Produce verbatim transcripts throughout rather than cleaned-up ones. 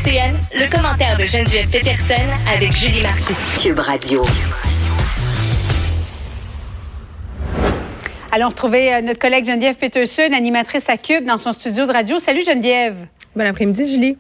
C N, le commentaire de Geneviève Peterson avec Julie Marcoux. Cube Radio. Allons retrouver notre collègue Geneviève Peterson, animatrice à Cube, dans son studio de radio. Salut Geneviève. Bon après-midi, Julie.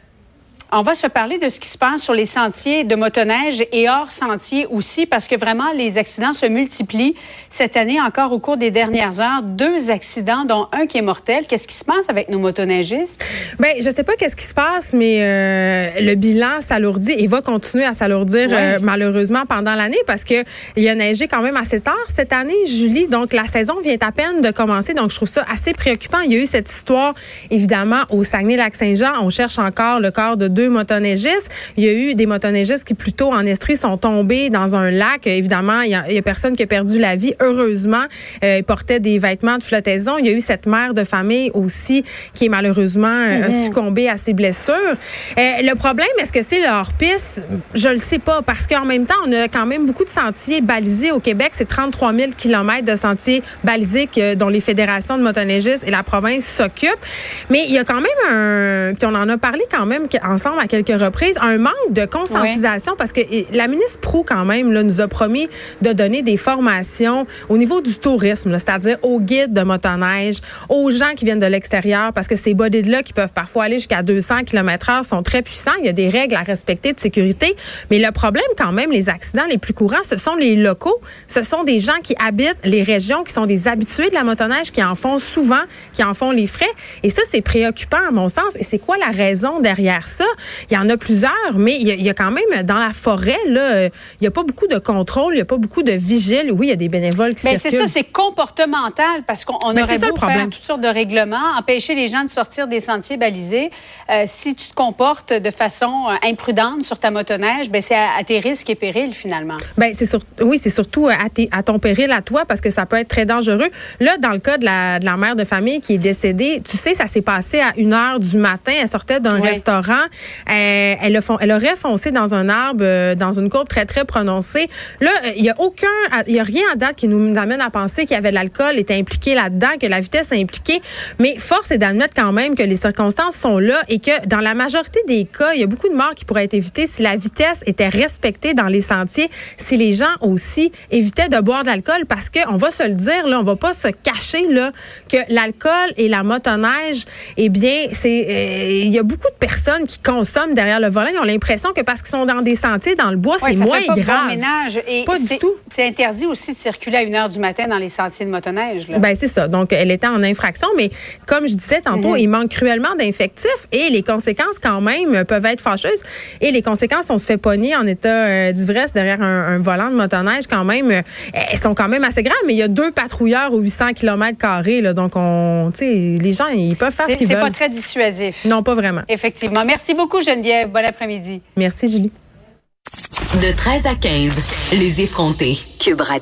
On va se parler de ce qui se passe sur les sentiers de motoneige et hors sentier aussi, parce que vraiment, les accidents se multiplient cette année encore au cours des dernières heures. Deux accidents, dont un qui est mortel. Qu'est-ce qui se passe avec nos motoneigistes? Bien, je sais pas qu'est-ce qui se passe, mais euh, le bilan s'alourdit et va continuer à s'alourdir ouais. euh, malheureusement pendant l'année parce que il a neigé quand même assez tard cette année, Julie. Donc, la saison vient à peine de commencer. Donc, je trouve ça assez préoccupant. Il y a eu cette histoire, évidemment, au Saguenay-Lac-Saint-Jean. On cherche encore le corps de deux motoneigistes. Il y a eu des motoneigistes qui, plus tôt en Estrie, sont tombés dans un lac. Évidemment, il y a, il y a personne qui a perdu la vie. Heureusement, euh, ils portaient des vêtements de flottaison. Il y a eu cette mère de famille aussi qui est malheureusement mm-hmm. euh, succombée à ses blessures. Euh, le problème, est-ce que c'est le hors-piste? Je le sais pas, parce qu'en même temps, on a quand même beaucoup de sentiers balisés au Québec. C'est trente-trois mille kilomètres de sentiers balisés que, dont les fédérations de motoneigistes et la province s'occupent. Mais il y a quand même un... Puis on en a parlé quand même ensemble à quelques reprises, un manque de conscientisation oui. parce que la ministre Proulx, quand même, là, nous a promis de donner des formations au niveau du tourisme, là, c'est-à-dire aux guides de motoneige, aux gens qui viennent de l'extérieur, parce que ces bodies-là qui peuvent parfois aller jusqu'à deux cents kilomètres heure sont très puissants. Il y a des règles à respecter de sécurité. Mais le problème, quand même, les accidents les plus courants, ce sont les locaux. Ce sont des gens qui habitent les régions, qui sont des habitués de la motoneige, qui en font souvent, qui en font les frais. Et ça, c'est préoccupant, à mon sens. Et c'est quoi la raison derrière ça? Il y en a plusieurs, mais il y a, il y a quand même, dans la forêt, là, il n'y a pas beaucoup de contrôle, il n'y a pas beaucoup de vigile. Oui, il y a des bénévoles qui mais circulent. C'est ça, c'est comportemental, parce qu'on on aurait beau faire toutes sortes de règlements, empêcher les gens de sortir des sentiers balisés. Euh, si tu te comportes de façon euh, imprudente sur ta motoneige, ben c'est à, à tes risques et périls, finalement. Ben c'est sur, oui, c'est surtout à, tes, à ton péril à toi, parce que ça peut être très dangereux. Là, dans le cas de la, de la mère de famille qui est décédée, tu sais, ça s'est passé à une heure du matin. Elle sortait d'un ouais. restaurant. Euh, elle, a fon- elle aurait foncé dans un arbre, euh, dans une courbe très, très prononcée. Là, il euh, y a aucun, il y a rien à date qui nous amène à penser qu'il y avait de l'alcool était impliqué là-dedans, que la vitesse est impliquée. Mais force est d'admettre quand même que les circonstances sont là et que dans la majorité des cas, il y a beaucoup de morts qui pourraient être évitées si la vitesse était respectée dans les sentiers, si les gens aussi évitaient de boire de l'alcool, parce que on va se le dire, là, on va pas se cacher là que l'alcool et la motoneige, eh bien, c'est, euh, il y a beaucoup de personnes qui consomment derrière le volant. Ils ont l'impression que parce qu'ils sont dans des sentiers, dans le bois, ouais, c'est moins fait pas grave. Bon ménage. Et pas du tout. C'est interdit aussi de circuler à une heure du matin dans les sentiers de motoneige. Là. Ben c'est ça. Donc, elle était en infraction, mais comme je disais tantôt, mm-hmm. il manque cruellement d'infectifs et les conséquences, quand même, peuvent être fâcheuses. Et les conséquences, on se fait pogner en état euh, d'ivresse derrière un, un volant de motoneige, quand même, euh, elles sont quand même assez graves, mais il y a deux patrouilleurs aux huit cents kilomètres carrés, là. Donc, on, tu sais, les gens, ils peuvent faire c'est, ce qu'ils c'est veulent. C'est pas très dissuasif. Non, pas vraiment. Effectivement. Merci beaucoup, Geneviève. Bon après-midi. Merci, Julie. De treize à quinze, les effrontés. Cube Radio.